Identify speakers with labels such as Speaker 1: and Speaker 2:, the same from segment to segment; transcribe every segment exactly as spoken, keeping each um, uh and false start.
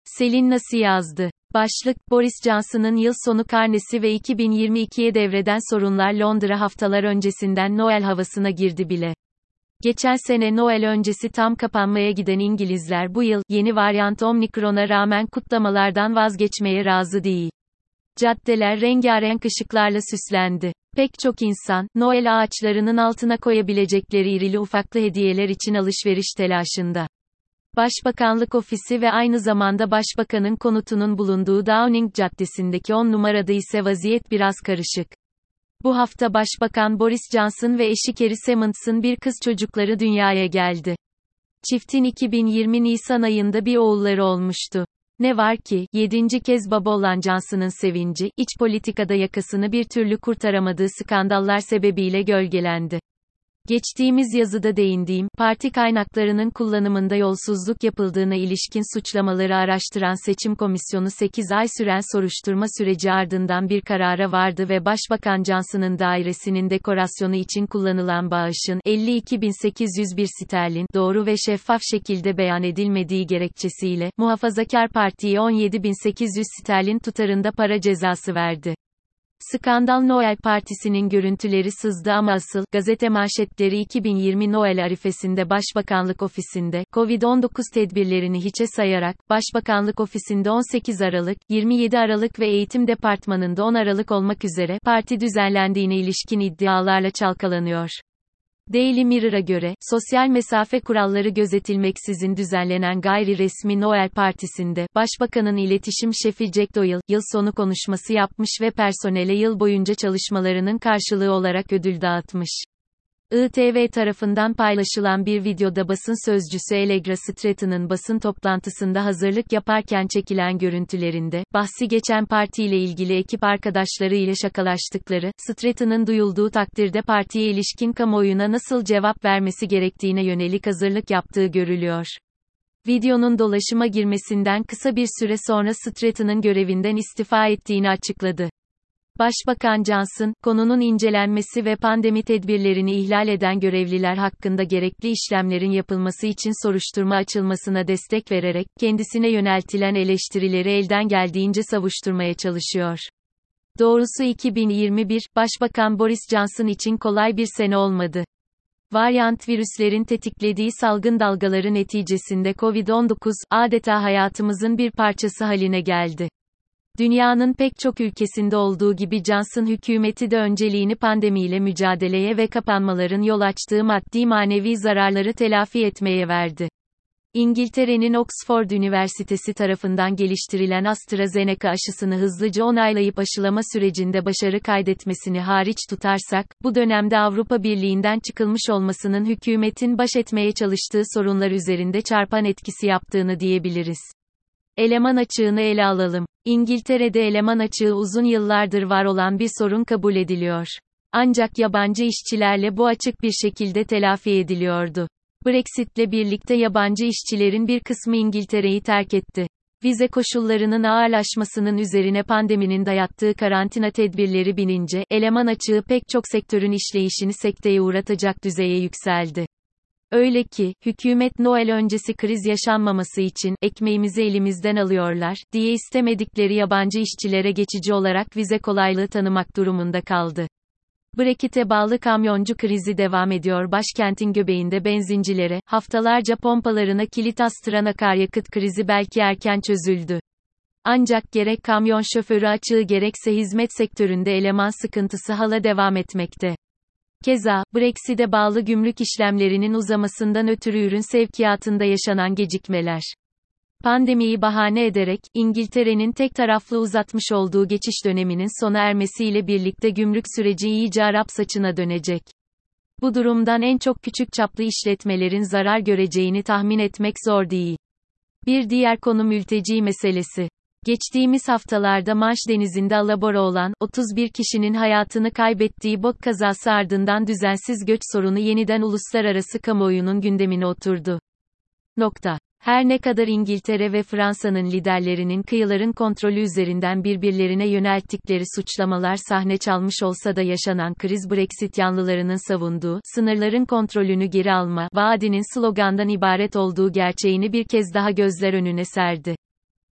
Speaker 1: Selin nasıl yazdı? Başlık, Boris Johnson'ın yıl sonu karnesi ve iki bin yirmi ikiye devreden sorunlar. Londra haftalar öncesinden Noel havasına girdi bile. Geçen sene Noel öncesi tam kapanmaya giden İngilizler bu yıl, yeni varyant Omikron'a rağmen kutlamalardan vazgeçmeye razı değil. Caddeler rengarenk ışıklarla süslendi. Pek çok insan, Noel ağaçlarının altına koyabilecekleri irili ufaklı hediyeler için alışveriş telaşında. Başbakanlık ofisi ve aynı zamanda Başbakanın konutunun bulunduğu Downing Caddesi'ndeki on numarada ise vaziyet biraz karışık. Bu hafta Başbakan Boris Johnson ve eşi Keir Simmons'ın bir kız çocukları dünyaya geldi. Çiftin iki bin yirmi Nisan ayında bir oğulları olmuştu. Ne var ki, yedinci kez baba olan Johnson'ın sevinci, iç politikada yakasını bir türlü kurtaramadığı skandallar sebebiyle gölgelendi. Geçtiğimiz yazıda değindiğim, parti kaynaklarının kullanımında yolsuzluk yapıldığına ilişkin suçlamaları araştıran seçim komisyonu sekiz ay süren soruşturma süreci ardından bir karara vardı ve Başbakan Johnson'ın dairesinin dekorasyonu için kullanılan bağışın, elli iki bin sekiz yüz bir sterlin, doğru ve şeffaf şekilde beyan edilmediği gerekçesiyle, Muhafazakar Parti'ye on yedi bin sekiz yüz sterlin tutarında para cezası verdi. Skandal Noel Partisi'nin görüntüleri sızdı ama asıl, gazete manşetleri iki bin yirmi Noel arifesinde Başbakanlık Ofisi'nde, Covid on dokuz tedbirlerini hiçe sayarak, Başbakanlık Ofisi'nde on sekiz Aralık, yirmi yedi Aralık ve Eğitim Departmanı'nda on Aralık olmak üzere, parti düzenlendiğine ilişkin iddialarla çalkalanıyor. Daily Mirror'a göre, sosyal mesafe kuralları gözetilmeksizin düzenlenen gayri resmi Noel Partisi'nde, Başbakanın iletişim şefi Jack Doyle, yıl sonu konuşması yapmış ve personele yıl boyunca çalışmalarının karşılığı olarak ödül dağıtmış. I T V tarafından paylaşılan bir videoda basın sözcüsü Allegra Stratton'ın basın toplantısında hazırlık yaparken çekilen görüntülerinde, bahsi geçen partiyle ilgili ekip arkadaşlarıyla şakalaştıkları, Stratton'ın duyulduğu takdirde partiye ilişkin kamuoyuna nasıl cevap vermesi gerektiğine yönelik hazırlık yaptığı görülüyor. Videonun dolaşıma girmesinden kısa bir süre sonra Stratton'ın görevinden istifa ettiğini açıkladı. Başbakan Johnson, konunun incelenmesi ve pandemi tedbirlerini ihlal eden görevliler hakkında gerekli işlemlerin yapılması için soruşturma açılmasına destek vererek, kendisine yöneltilen eleştirileri elden geldiğince savuşturmaya çalışıyor. Doğrusu iki bin yirmi bir, Başbakan Boris Johnson için kolay bir sene olmadı. Varyant virüslerin tetiklediği salgın dalgaları neticesinde Covid on dokuz, adeta hayatımızın bir parçası haline geldi. Dünyanın pek çok ülkesinde olduğu gibi Johnson hükümeti de önceliğini pandemiyle mücadeleye ve kapanmaların yol açtığı maddi manevi zararları telafi etmeye verdi. İngiltere'nin Oxford Üniversitesi tarafından geliştirilen AstraZeneca aşısını hızlıca onaylayıp aşılama sürecinde başarı kaydetmesini hariç tutarsak, bu dönemde Avrupa Birliği'nden çıkılmış olmasının hükümetin baş etmeye çalıştığı sorunlar üzerinde çarpan etkisi yaptığını diyebiliriz. Eleman açığını ele alalım. İngiltere'de eleman açığı uzun yıllardır var olan bir sorun kabul ediliyor. Ancak yabancı işçilerle bu açık bir şekilde telafi ediliyordu. Brexit'le birlikte yabancı işçilerin bir kısmı İngiltere'yi terk etti. Vize koşullarının ağırlaşmasının üzerine pandeminin dayattığı karantina tedbirleri binince, eleman açığı pek çok sektörün işleyişini sekteye uğratacak düzeye yükseldi. Öyle ki, hükümet Noel öncesi kriz yaşanmaması için, ekmeğimizi elimizden alıyorlar, diye istemedikleri yabancı işçilere geçici olarak vize kolaylığı tanımak durumunda kaldı. Brexit'e bağlı kamyoncu krizi devam ediyor. Başkentin göbeğinde benzincilere, haftalarca pompalarına kilit astıran akaryakıt krizi belki erken çözüldü. Ancak gerek kamyon şoförü açığı gerekse hizmet sektöründe eleman sıkıntısı hala devam etmekte. Keza, Brexit'e bağlı gümrük işlemlerinin uzamasından ötürü ürün sevkiyatında yaşanan gecikmeler. Pandemiyi bahane ederek, İngiltere'nin tek taraflı uzatmış olduğu geçiş döneminin sona ermesiyle birlikte gümrük süreci iyice Arap saçına dönecek. Bu durumdan en çok küçük çaplı işletmelerin zarar göreceğini tahmin etmek zor değil. Bir diğer konu mülteci meselesi. Geçtiğimiz haftalarda Manş Denizi'nde alabora olan, otuz bir kişinin hayatını kaybettiği bot kazası ardından düzensiz göç sorunu yeniden uluslararası kamuoyunun gündemine oturdu. Nokta. Her ne kadar İngiltere ve Fransa'nın liderlerinin kıyıların kontrolü üzerinden birbirlerine yönelttikleri suçlamalar sahne çalmış olsa da yaşanan kriz Brexit yanlılarının savunduğu, sınırların kontrolünü geri alma, vaadinin slogandan ibaret olduğu gerçeğini bir kez daha gözler önüne serdi.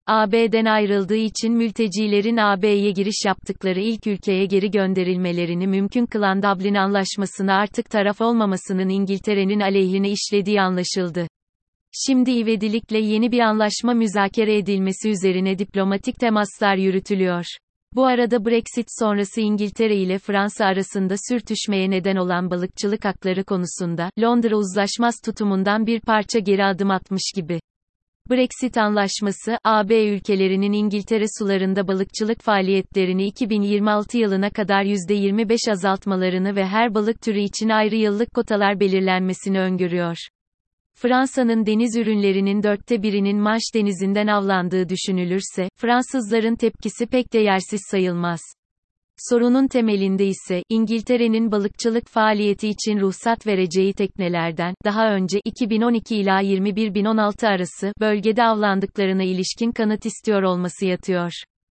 Speaker 1: A B'den ayrıldığı için mültecilerin A B'ye giriş yaptıkları ilk ülkeye geri gönderilmelerini mümkün kılan Dublin Anlaşması'na artık taraf olmamasının İngiltere'nin aleyhine işlediği anlaşıldı. Şimdi ivedilikle yeni bir anlaşma müzakere edilmesi üzerine diplomatik temaslar yürütülüyor. Bu arada Brexit sonrası İngiltere ile Fransa arasında sürtüşmeye neden olan balıkçılık hakları konusunda, Londra uzlaşmaz tutumundan bir parça geri adım atmış gibi. Brexit anlaşması, A B ülkelerinin İngiltere sularında balıkçılık faaliyetlerini iki bin yirmi altı yılına kadar yüzde yirmi beş azaltmalarını ve her balık türü için ayrı yıllık kotalar belirlenmesini öngörüyor. Fransa'nın deniz ürünlerinin dörtte birinin Manş denizinden avlandığı düşünülürse, Fransızların tepkisi pek de yersiz sayılmaz. Sorunun temelinde ise, İngiltere'nin balıkçılık faaliyeti için ruhsat vereceği teknelerden, daha önce, iki bin on iki ila yirmi bir bin on altı arası, bölgede avlandıklarına ilişkin kanıt istiyor olması yatıyor.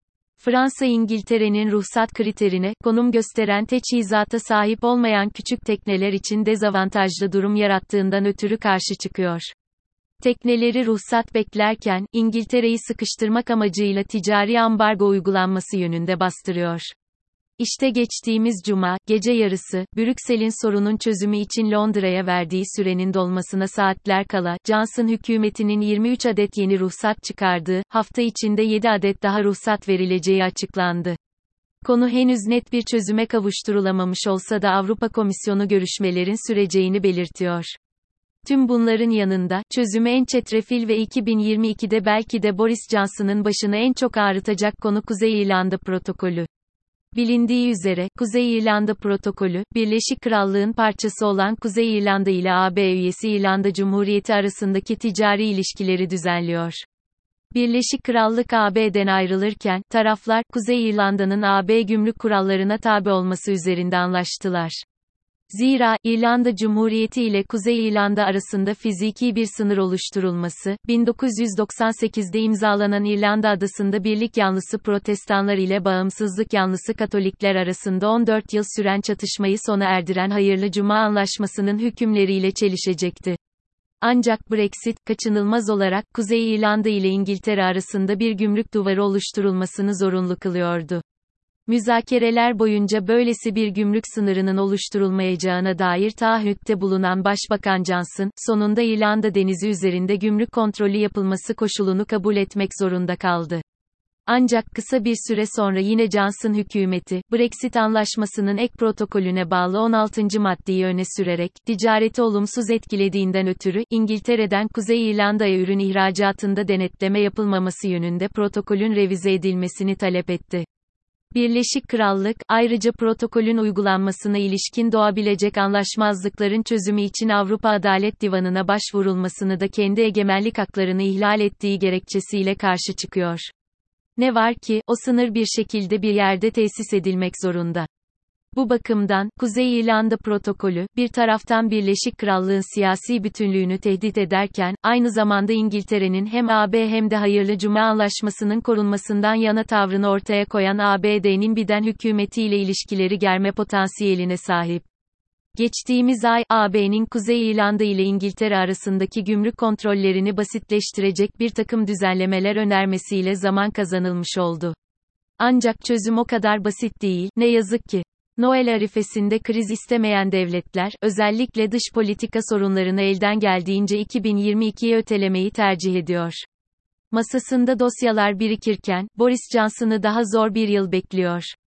Speaker 1: Fransa İngiltere'nin ruhsat kriterine, konum gösteren teçhizata sahip olmayan küçük tekneler için dezavantajlı durum yarattığından ötürü karşı çıkıyor. Tekneleri ruhsat beklerken, İngiltere'yi sıkıştırmak amacıyla ticari ambargo uygulanması yönünde bastırıyor. İşte geçtiğimiz cuma, gece yarısı, Brüksel'in sorunun çözümü için Londra'ya verdiği sürenin dolmasına saatler kala, Johnson hükümetinin yirmi üç adet yeni ruhsat çıkardığı, hafta içinde yedi adet daha ruhsat verileceği açıklandı. Konu henüz net bir çözüme kavuşturulamamış olsa da Avrupa Komisyonu görüşmelerin süreceğini belirtiyor. Tüm bunların yanında, çözümü en çetrefil ve iki bin yirmi ikide belki de Boris Johnson'ın başını en çok ağrıtacak konu Kuzey İrlanda Protokolü. Bilindiği üzere, Kuzey İrlanda Protokolü, Birleşik Krallığın parçası olan Kuzey İrlanda ile A B üyesi İrlanda Cumhuriyeti arasındaki ticari ilişkileri düzenliyor. Birleşik Krallık A B'den ayrılırken, taraflar, Kuzey İrlanda'nın A B gümrük kurallarına tabi olması üzerinde anlaştılar. Zira, İrlanda Cumhuriyeti ile Kuzey İrlanda arasında fiziki bir sınır oluşturulması, bin dokuz yüz doksan sekizde imzalanan İrlanda Adası'nda birlik yanlısı Protestanlar ile bağımsızlık yanlısı Katolikler arasında on dört yıl süren çatışmayı sona erdiren Hayırlı Cuma Anlaşması'nın hükümleriyle çelişecekti. Ancak Brexit, kaçınılmaz olarak, Kuzey İrlanda ile İngiltere arasında bir gümrük duvarı oluşturulmasını zorunlu kılıyordu. Müzakereler boyunca böylesi bir gümrük sınırının oluşturulmayacağına dair taahhütte bulunan Başbakan Johnson, sonunda İrlanda denizi üzerinde gümrük kontrolü yapılması koşulunu kabul etmek zorunda kaldı. Ancak kısa bir süre sonra yine Johnson hükümeti, Brexit anlaşmasının ek protokolüne bağlı on altıncı maddeyi öne sürerek, ticareti olumsuz etkilediğinden ötürü, İngiltere'den Kuzey İrlanda'ya ürün ihracatında denetleme yapılmaması yönünde protokolün revize edilmesini talep etti. Birleşik Krallık, ayrıca protokolün uygulanmasına ilişkin doğabilecek anlaşmazlıkların çözümü için Avrupa Adalet Divanı'na başvurulmasını da kendi egemenlik haklarını ihlal ettiği gerekçesiyle karşı çıkıyor. Ne var ki, o sınır bir şekilde bir yerde tesis edilmek zorunda. Bu bakımdan, Kuzey İrlanda Protokolü, bir taraftan Birleşik Krallığın siyasi bütünlüğünü tehdit ederken, aynı zamanda İngiltere'nin hem A B hem de Hayırlı Cuma Anlaşması'nın korunmasından yana tavrını ortaya koyan A B D'nin Biden hükümetiyle ilişkileri germe potansiyeline sahip. Geçtiğimiz ay, A B'nin Kuzey İrlanda ile İngiltere arasındaki gümrük kontrollerini basitleştirecek bir takım düzenlemeler önermesiyle zaman kazanılmış oldu. Ancak çözüm o kadar basit değil, ne yazık ki. Noel arifesinde kriz istemeyen devletler, özellikle dış politika sorunlarını elden geldiğince iki bin yirmi ikiye ötelemeyi tercih ediyor. Masasında dosyalar birikirken, Boris Johnson'ı daha zor bir yıl bekliyor.